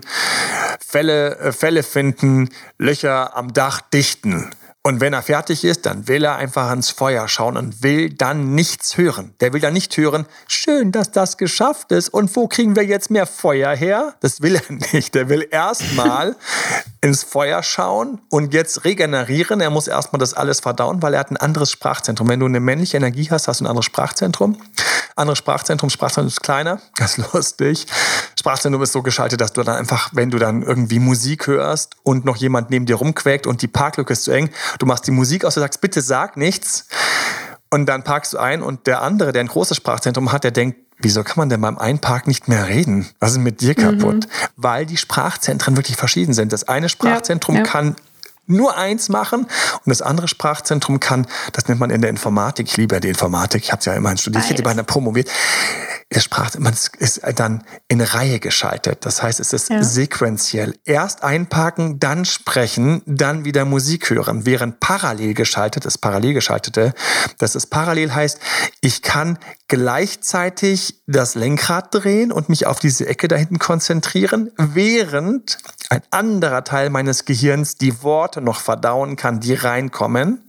Fälle, Fälle finden, Löcher am Dach dichten. Und wenn er fertig ist, dann will er einfach ans Feuer schauen und will dann nichts hören. Der will dann nicht hören, schön, dass das geschafft ist und wo kriegen wir jetzt mehr Feuer her? Das will er nicht. Der will erstmal ins Feuer schauen und jetzt regenerieren. Er muss erstmal das alles verdauen, weil er hat ein anderes Sprachzentrum. Wenn du eine männliche Energie hast, hast du ein anderes Sprachzentrum. Anderes Sprachzentrum, Sprachzentrum ist kleiner, das ist lustig. Sprachzentrum ist so geschaltet, dass du dann einfach, wenn du dann irgendwie Musik hörst und noch jemand neben dir rumquäkt und die Parklücke ist zu eng, du machst die Musik aus, du sagst, bitte sag nichts und dann parkst du ein und der andere, der ein großes Sprachzentrum hat, der denkt, wieso kann man denn beim Einparken nicht mehr reden? Was ist mit dir kaputt? Mhm. Weil die Sprachzentren wirklich verschieden sind. Das eine Sprachzentrum ja, ja. kann nur eins machen und das andere Sprachzentrum kann, das nennt man in der Informatik, ich liebe ja die Informatik, ich habe es ja immerhin studiert, ich hätte bei einer promoviert, das Sprachzentrum ist dann in Reihe geschaltet. Das heißt, es ist ja. sequenziell. Erst einparken, dann sprechen, dann wieder Musik hören. Während parallel geschaltet, das parallel geschaltete, dass es parallel heißt, ich kann gleichzeitig das Lenkrad drehen und mich auf diese Ecke da hinten konzentrieren, während ein anderer Teil meines Gehirns die Worte noch verdauen kann, die reinkommen.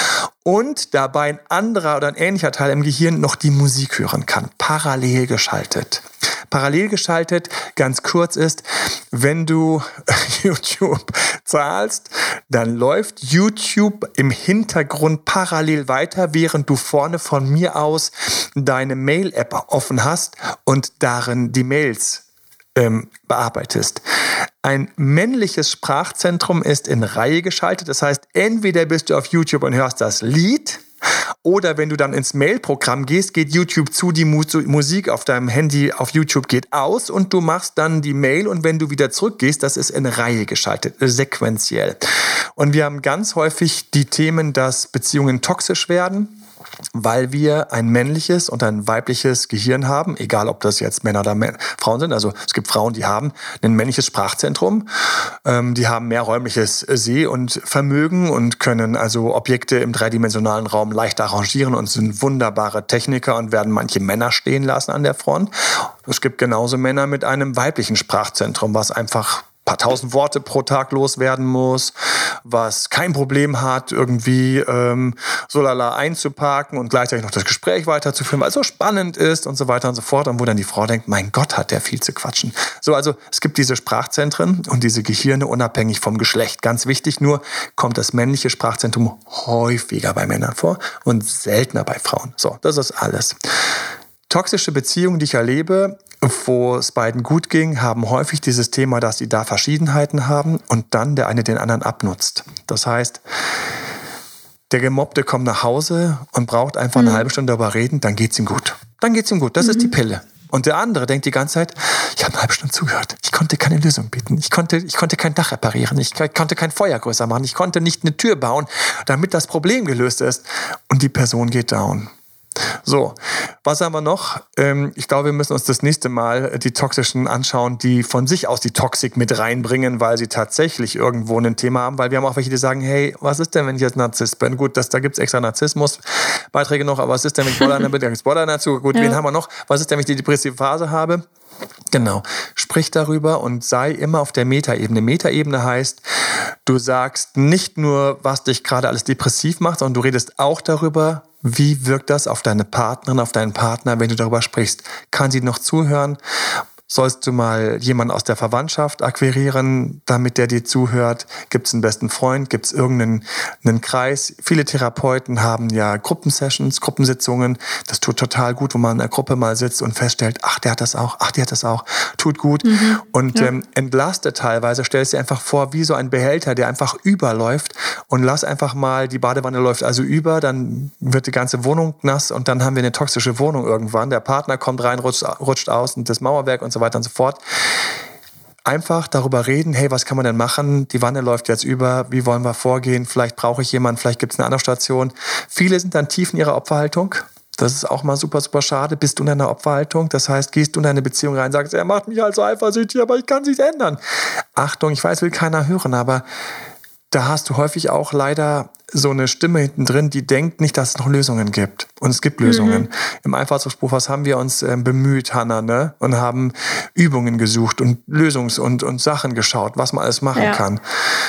Und dabei ein anderer oder ein ähnlicher Teil im Gehirn noch die Musik hören kann. Parallel geschaltet. Parallel geschaltet, ganz kurz ist, wenn du YouTube zahlst, dann läuft YouTube im Hintergrund parallel weiter, während du vorne von mir aus deine Mail-App offen hast und darin die Mails ähm, bearbeitest. Ein männliches Sprachzentrum ist in Reihe geschaltet. Das heißt, entweder bist du auf YouTube und hörst das Lied oder wenn du dann ins Mailprogramm gehst, geht YouTube zu, die Musik auf deinem Handy auf YouTube geht aus und du machst dann die Mail und wenn du wieder zurückgehst, das ist in Reihe geschaltet, sequenziell. Und wir haben ganz häufig die Themen, dass Beziehungen toxisch werden, weil wir ein männliches und ein weibliches Gehirn haben, egal ob das jetzt Männer oder Männer, Frauen sind. Also es gibt Frauen, die haben ein männliches Sprachzentrum, ähm, die haben mehr räumliches Seh- und Vermögen und können also Objekte im dreidimensionalen Raum leicht arrangieren und sind wunderbare Techniker und werden manche Männer stehen lassen an der Front. Es gibt genauso Männer mit einem weiblichen Sprachzentrum, was einfach paar tausend Worte pro Tag loswerden muss, was kein Problem hat, irgendwie ähm, so lala einzuparken und gleichzeitig noch das Gespräch weiterzuführen, weil es so spannend ist und so weiter und so fort. Und wo dann die Frau denkt, mein Gott, hat der viel zu quatschen. So, also es gibt diese Sprachzentren und diese Gehirne unabhängig vom Geschlecht. Ganz wichtig nur, kommt das männliche Sprachzentrum häufiger bei Männern vor und seltener bei Frauen. So, das ist alles. Toxische Beziehungen, die ich erlebe, wo es beiden gut ging, haben häufig dieses Thema, dass sie da Verschiedenheiten haben und dann der eine den anderen abnutzt. Das heißt, der Gemobbte kommt nach Hause und braucht einfach mhm. eine halbe Stunde darüber reden, dann geht's ihm gut. Dann geht's ihm gut. Das mhm. ist die Pille. Und der andere denkt die ganze Zeit, ich habe eine halbe Stunde zugehört. Ich konnte keine Lösung bieten. Ich konnte, ich konnte kein Dach reparieren. Ich konnte kein Feuer größer machen. Ich konnte nicht eine Tür bauen, damit das Problem gelöst ist. Und die Person geht down. So, was haben wir noch? Ähm, ich glaube, wir müssen uns das nächste Mal die Toxischen anschauen, die von sich aus die Toxik mit reinbringen, weil sie tatsächlich irgendwo ein Thema haben. Weil wir haben auch welche, die sagen, hey, was ist denn, wenn ich jetzt Narzisst bin? Gut, das, da gibt es extra Narzissmus-Beiträge noch, aber was ist denn, wenn ich Borderline bin? Da gibt es Borderline dazu. Gut, ja. Wen haben wir noch? Was ist denn, wenn ich die depressive Phase habe? Genau, sprich darüber und sei immer auf der Metaebene. Metaebene heißt, du sagst nicht nur, was dich gerade alles depressiv macht, sondern du redest auch darüber, wie wirkt das auf deine Partnerin, auf deinen Partner, wenn du darüber sprichst. Kann sie noch zuhören? Sollst du mal jemanden aus der Verwandtschaft akquirieren, damit der dir zuhört? Gibt es einen besten Freund? Gibt es irgendeinen einen Kreis? Viele Therapeuten haben ja Gruppensessions, Gruppensitzungen. Das tut total gut, wo man in einer Gruppe mal sitzt und feststellt, ach, der hat das auch, ach, der hat das auch. Tut gut. Mhm, und ja. ähm, entlastet teilweise. Stell es dir einfach vor, wie so ein Behälter, der einfach überläuft, und lass einfach mal, die Badewanne läuft also über, dann wird die ganze Wohnung nass und dann haben wir eine toxische Wohnung irgendwann. Der Partner kommt rein, rutscht, rutscht aus und das Mauerwerk und so weiter und so fort. Einfach darüber reden, hey, was kann man denn machen? Die Wanne läuft jetzt über, wie wollen wir vorgehen? Vielleicht brauche ich jemanden, vielleicht gibt es eine andere Station. Viele sind dann tief in ihrer Opferhaltung. Das ist auch mal super, super schade. Bist du in einer Opferhaltung? Das heißt, gehst du in eine Beziehung rein, sagst, er macht mich halt so eifersüchtig, aber ich kann es nicht ändern. Achtung, ich weiß, will keiner hören, aber da hast du häufig auch leider so eine Stimme hinten drin, die denkt nicht, dass es noch Lösungen gibt. Und es gibt Lösungen. Mhm. Im Einfallsspruch, was haben wir uns ähm, bemüht, Hannah, ne? Und haben Übungen gesucht und Lösungs- und, und Sachen geschaut, was man alles machen ja. kann.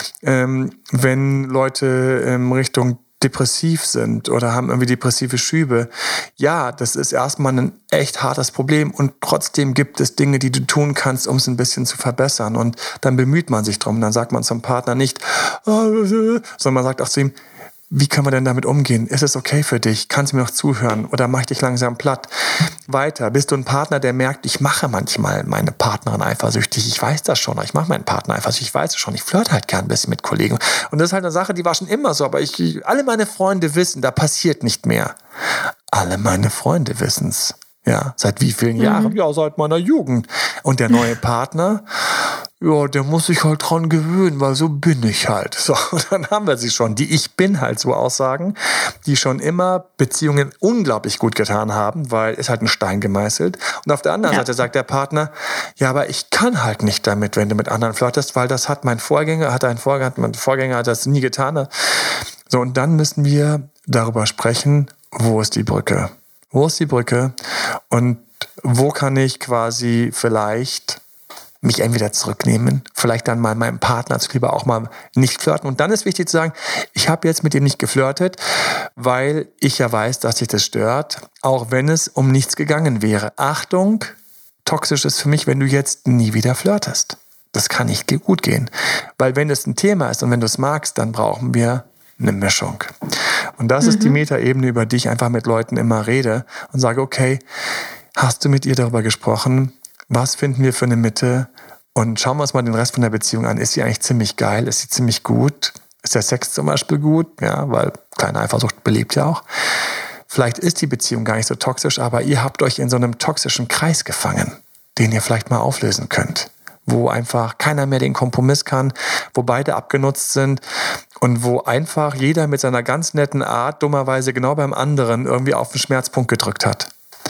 Ähm, wenn Leute ähm, Richtung depressiv sind oder haben irgendwie depressive Schübe. Ja, das ist erstmal ein echt hartes Problem und trotzdem gibt es Dinge, die du tun kannst, um es ein bisschen zu verbessern, und dann bemüht man sich drum. Dann sagt man zum Partner nicht, sondern man sagt auch zu ihm, wie können wir denn damit umgehen? Ist es okay für dich? Kannst du mir noch zuhören? Oder mach ich dich langsam platt? Weiter. Bist du ein Partner, der merkt, ich mache manchmal meine Partnerin eifersüchtig. Ich weiß das schon. Ich mache meinen Partner eifersüchtig. Ich weiß es schon. Ich flirte halt gern ein bisschen mit Kollegen. Und das ist halt eine Sache, die war schon immer so. Aber ich, alle meine Freunde wissen, da passiert nicht mehr. Alle meine Freunde wissen's. Ja, seit wie vielen Jahren? Mhm. Ja, seit meiner Jugend. Und der neue Partner, ja, der muss sich halt dran gewöhnen, weil so bin ich halt. So, und dann haben wir sie schon. Die Ich bin halt so Aussagen, die schon immer Beziehungen unglaublich gut getan haben, weil es halt ein Stein gemeißelt. Und auf der anderen ja. Seite sagt der Partner, ja, aber ich kann halt nicht damit, wenn du mit anderen flirtest, weil das hat mein Vorgänger, hat ein Vorgänger, hat mein Vorgänger hat das nie getan. So, und dann müssen wir darüber sprechen, wo ist die Brücke? Wo ist die Brücke? Und wo kann ich quasi vielleicht mich entweder zurücknehmen, vielleicht dann mal meinem Partner zuliebe auch mal nicht flirten. Und dann ist wichtig zu sagen, ich habe jetzt mit ihm nicht geflirtet, weil ich ja weiß, dass sich das stört, auch wenn es um nichts gegangen wäre. Achtung, toxisch ist für mich, wenn du jetzt nie wieder flirtest. Das kann nicht gut gehen. Weil wenn es ein Thema ist und wenn du es magst, dann brauchen wir eine Mischung. Und das mhm. ist die Metaebene, über die ich einfach mit Leuten immer rede und sage, okay, hast du mit ihr darüber gesprochen? Was finden wir für eine Mitte? Und schauen wir uns mal den Rest von der Beziehung an. Ist sie eigentlich ziemlich geil? Ist sie ziemlich gut? Ist der Sex zum Beispiel gut? Ja, weil kleine Eifersucht belebt ja auch. Vielleicht ist die Beziehung gar nicht so toxisch, aber ihr habt euch in so einem toxischen Kreis gefangen, den ihr vielleicht mal auflösen könnt, wo einfach keiner mehr den Kompromiss kann, wo beide abgenutzt sind und wo einfach jeder mit seiner ganz netten Art dummerweise genau beim anderen irgendwie auf den Schmerzpunkt gedrückt hat.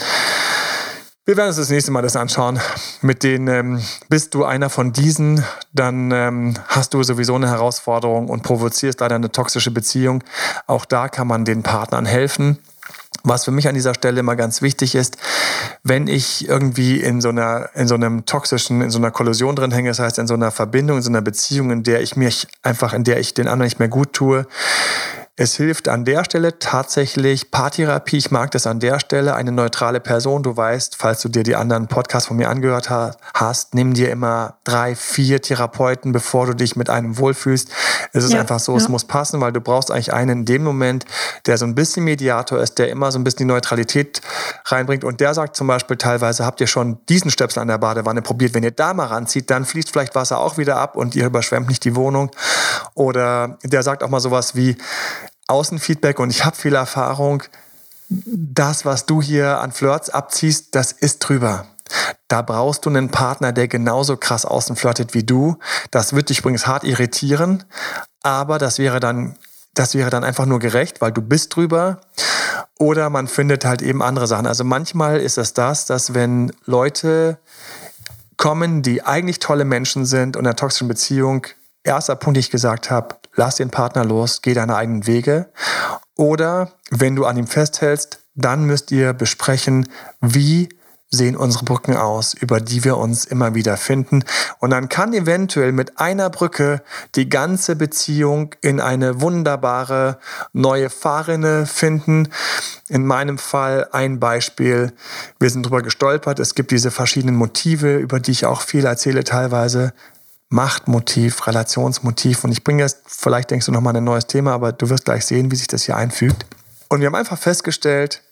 Wir werden uns das nächste Mal das anschauen. Mit den, ähm, bist du einer von diesen, dann ähm, hast du sowieso eine Herausforderung und provozierst leider eine toxische Beziehung. Auch da kann man den Partnern helfen. Was für mich an dieser Stelle immer ganz wichtig ist, wenn ich irgendwie in so einer, in so einem toxischen, in so einer Kollision drin hänge, das heißt in so einer Verbindung, in so einer Beziehung, in der ich mich einfach, in der ich den anderen nicht mehr gut tue, es hilft an der Stelle tatsächlich Paartherapie. Ich mag das an der Stelle, eine neutrale Person. Du weißt, falls du dir die anderen Podcasts von mir angehört hast, nimm dir immer drei, vier Therapeuten, bevor du dich mit einem wohlfühlst. Es ist ja, einfach so, ja. Es muss passen, weil du brauchst eigentlich einen in dem Moment, der so ein bisschen Mediator ist, der immer so ein bisschen die Neutralität reinbringt. Und der sagt zum Beispiel teilweise, habt ihr schon diesen Stöpsel an der Badewanne probiert? Wenn ihr da mal ranzieht, dann fließt vielleicht Wasser auch wieder ab und ihr überschwemmt nicht die Wohnung. Oder der sagt auch mal sowas wie, Außenfeedback, und ich habe viel Erfahrung, das, was du hier an Flirts abziehst, das ist drüber. Da brauchst du einen Partner, der genauso krass außen flirtet wie du. Das wird dich übrigens hart irritieren, aber das wäre dann, das wäre dann einfach nur gerecht, weil du bist drüber. Oder man findet halt eben andere Sachen. Also manchmal ist es das, dass wenn Leute kommen, die eigentlich tolle Menschen sind und in einer toxischen Beziehung, erster Punkt, den ich gesagt habe, lass den Partner los, geh deine eigenen Wege. Oder wenn du an ihm festhältst, dann müsst ihr besprechen, wie sehen unsere Brücken aus, über die wir uns immer wieder finden. Und dann kann eventuell mit einer Brücke die ganze Beziehung in eine wunderbare neue Fahrrinne finden. In meinem Fall ein Beispiel. Wir sind drüber gestolpert. Es gibt diese verschiedenen Motive, über die ich auch viel erzähle teilweise. Machtmotiv, Relationsmotiv. Und ich bringe jetzt, vielleicht denkst du nochmal ein neues Thema, aber du wirst gleich sehen, wie sich das hier einfügt. Und wir haben einfach festgestellt,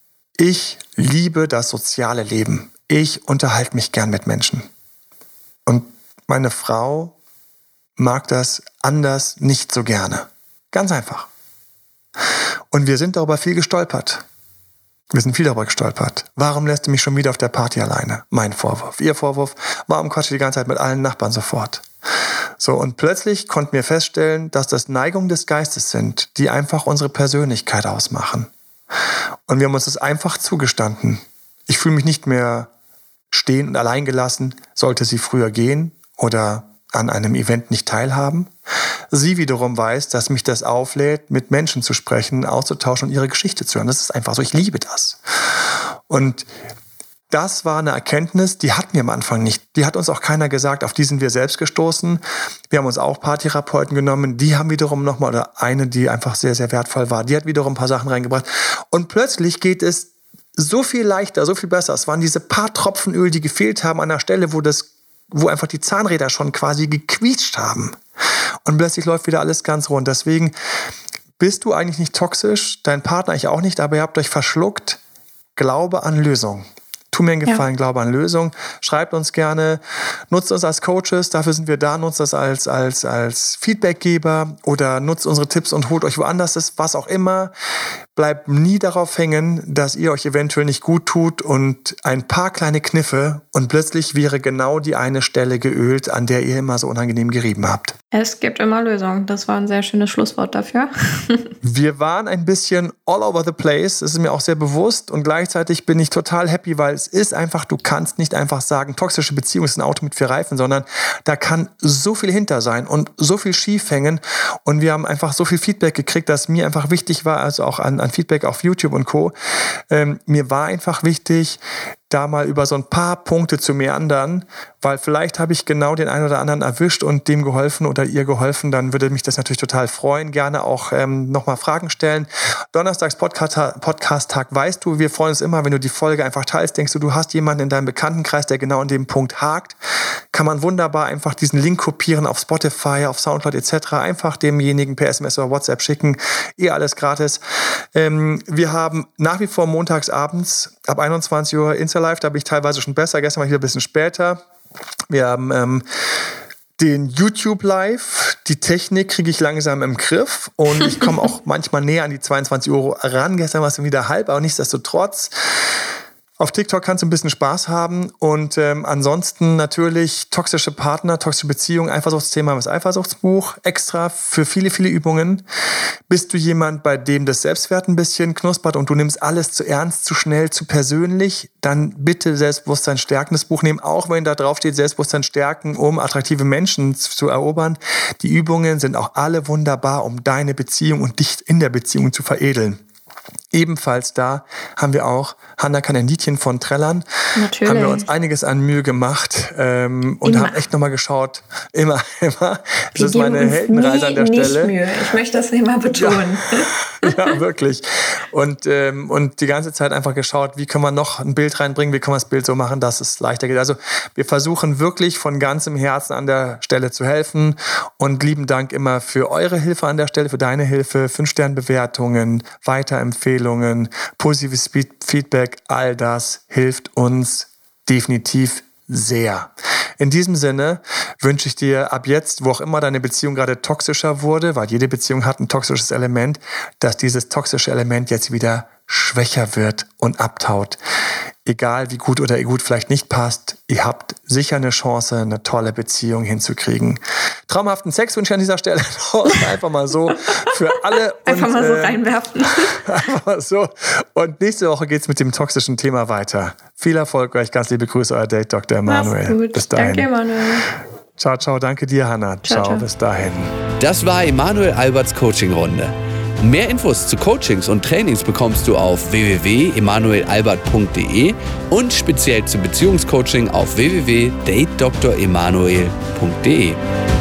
ich liebe das soziale Leben. Ich unterhalte mich gern mit Menschen. Und meine Frau mag das anders nicht so gerne. Ganz einfach. Und wir sind darüber viel gestolpert. Wir sind viel darüber gestolpert. Warum lässt du mich schon wieder auf der Party alleine? Mein Vorwurf. Ihr Vorwurf. Warum quatscht ihr die ganze Zeit mit allen Nachbarn sofort? So, und plötzlich konnten wir feststellen, dass das Neigungen des Geistes sind, die einfach unsere Persönlichkeit ausmachen. Und wir haben uns das einfach zugestanden. Ich fühle mich nicht mehr stehen und allein gelassen, sollte sie früher gehen oder an einem Event nicht teilhaben. Sie wiederum weiß, dass mich das auflädt, mit Menschen zu sprechen, auszutauschen und ihre Geschichte zu hören. Das ist einfach so, ich liebe das. Und das war eine Erkenntnis, die hatten wir am Anfang nicht. Die hat uns auch keiner gesagt, auf die sind wir selbst gestoßen. Wir haben uns auch Paartherapeuten genommen, die haben wiederum nochmal, oder eine, die einfach sehr, sehr wertvoll war, die hat wiederum ein paar Sachen reingebracht. Und plötzlich geht es so viel leichter, so viel besser. Es waren diese paar Tropfen Öl, die gefehlt haben an der Stelle, wo, das, wo einfach die Zahnräder schon quasi gequietscht haben. Und plötzlich läuft wieder alles ganz rund. Deswegen bist du eigentlich nicht toxisch, dein Partner eigentlich auch nicht, aber ihr habt euch verschluckt. Glaube an Lösung. Tu mir einen Gefallen, ja. Glaube an Lösung. Schreibt uns gerne, nutzt uns als Coaches, dafür sind wir da, nutzt das als, als, als Feedbackgeber oder nutzt unsere Tipps und holt euch woanders das, was auch immer. Bleibt nie darauf hängen, dass ihr euch eventuell nicht gut tut und ein paar kleine Kniffe und plötzlich wäre genau die eine Stelle geölt, an der ihr immer so unangenehm gerieben habt. Es gibt immer Lösungen. Das war ein sehr schönes Schlusswort dafür. Wir waren ein bisschen all over the place. Das ist mir auch sehr bewusst und gleichzeitig bin ich total happy, weil es ist einfach, du kannst nicht einfach sagen, toxische Beziehung ist ein Auto mit vier Reifen, sondern da kann so viel hinter sein und so viel schief hängen und wir haben einfach so viel Feedback gekriegt, dass mir einfach wichtig war, also auch an, an Feedback auf YouTube und Co. Ähm, mir war einfach wichtig, da mal über so ein paar Punkte zu meandern, weil vielleicht habe ich genau den einen oder anderen erwischt und dem geholfen oder ihr geholfen, dann würde mich das natürlich total freuen. Gerne auch ähm, nochmal Fragen stellen. Donnerstags Podcast, Podcast-Tag, weißt du, wir freuen uns immer, wenn du die Folge einfach teilst. Denkst du, du hast jemanden in deinem Bekanntenkreis, der genau an dem Punkt hakt, kann man wunderbar einfach diesen Link kopieren auf Spotify, auf Soundcloud et cetera. Einfach demjenigen per S M S oder WhatsApp schicken. Eh alles gratis. Ähm, wir haben nach wie vor montags abends ab einundzwanzig Uhr Insta Live, da bin ich teilweise schon besser. Gestern war ich wieder ein bisschen später. Wir haben ähm, den YouTube Live. Die Technik kriege ich langsam im Griff und ich komme auch manchmal näher an die zweiundzwanzig Uhr ran. Gestern war es wieder halb, aber nichtsdestotrotz. Auf TikTok kannst du ein bisschen Spaß haben und ähm, ansonsten natürlich toxische Partner, toxische Beziehungen, Eifersuchtsthema, das Eifersuchtsbuch, extra für viele, viele Übungen. Bist du jemand, bei dem das Selbstwert ein bisschen knuspert und du nimmst alles zu ernst, zu schnell, zu persönlich, dann bitte Selbstbewusstsein stärkendes Buch nehmen, auch wenn da drauf steht, Selbstbewusstsein stärken, um attraktive Menschen zu erobern. Die Übungen sind auch alle wunderbar, um deine Beziehung und dich in der Beziehung zu veredeln. Ebenfalls da haben wir auch Hanna kann ein Liedchen von trällern. Natürlich. Haben wir uns einiges an Mühe gemacht ähm, und immer. haben echt nochmal geschaut. Immer, immer. Das wir ist meine Heldenreise an der nicht Stelle. Mühe. Ich möchte das immer betonen. Ja, ja wirklich. Und, ähm, und die ganze Zeit einfach geschaut, wie können wir noch ein Bild reinbringen, wie können wir das Bild so machen, dass es leichter geht. Also wir versuchen wirklich von ganzem Herzen an der Stelle zu helfen und lieben Dank immer für eure Hilfe an der Stelle, für deine Hilfe, Fünf-Sterne-Bewertungen, Weiterempfehlungen, positives Feedback, all das hilft uns definitiv sehr. In diesem Sinne wünsche ich dir ab jetzt, wo auch immer deine Beziehung gerade toxischer wurde, weil jede Beziehung hat ein toxisches Element, dass dieses toxische Element jetzt wieder schwächer wird und abtaut. Egal wie gut oder gut vielleicht nicht passt, ihr habt sicher eine Chance, eine tolle Beziehung hinzukriegen. Traumhaften Sexwunsch an dieser Stelle einfach mal so für alle. Einfach und, mal so äh, reinwerfen. Einfach mal so. Und nächste Woche geht's mit dem toxischen Thema weiter. Viel Erfolg euch, ganz liebe Grüße, euer Date Doktor Emanuel. Mach's gut. Bis dahin. Danke, Emanuel. Ciao, ciao, danke dir, Hannah. Ciao, Ciao, ciao. bis dahin. Das war Emanuel Alberts Coaching-Runde. Mehr Infos zu Coachings und Trainings bekommst du auf w w w punkt emanuel albert punkt d e und speziell zum Beziehungscoaching auf w w w punkt date doktor emanuel punkt d e.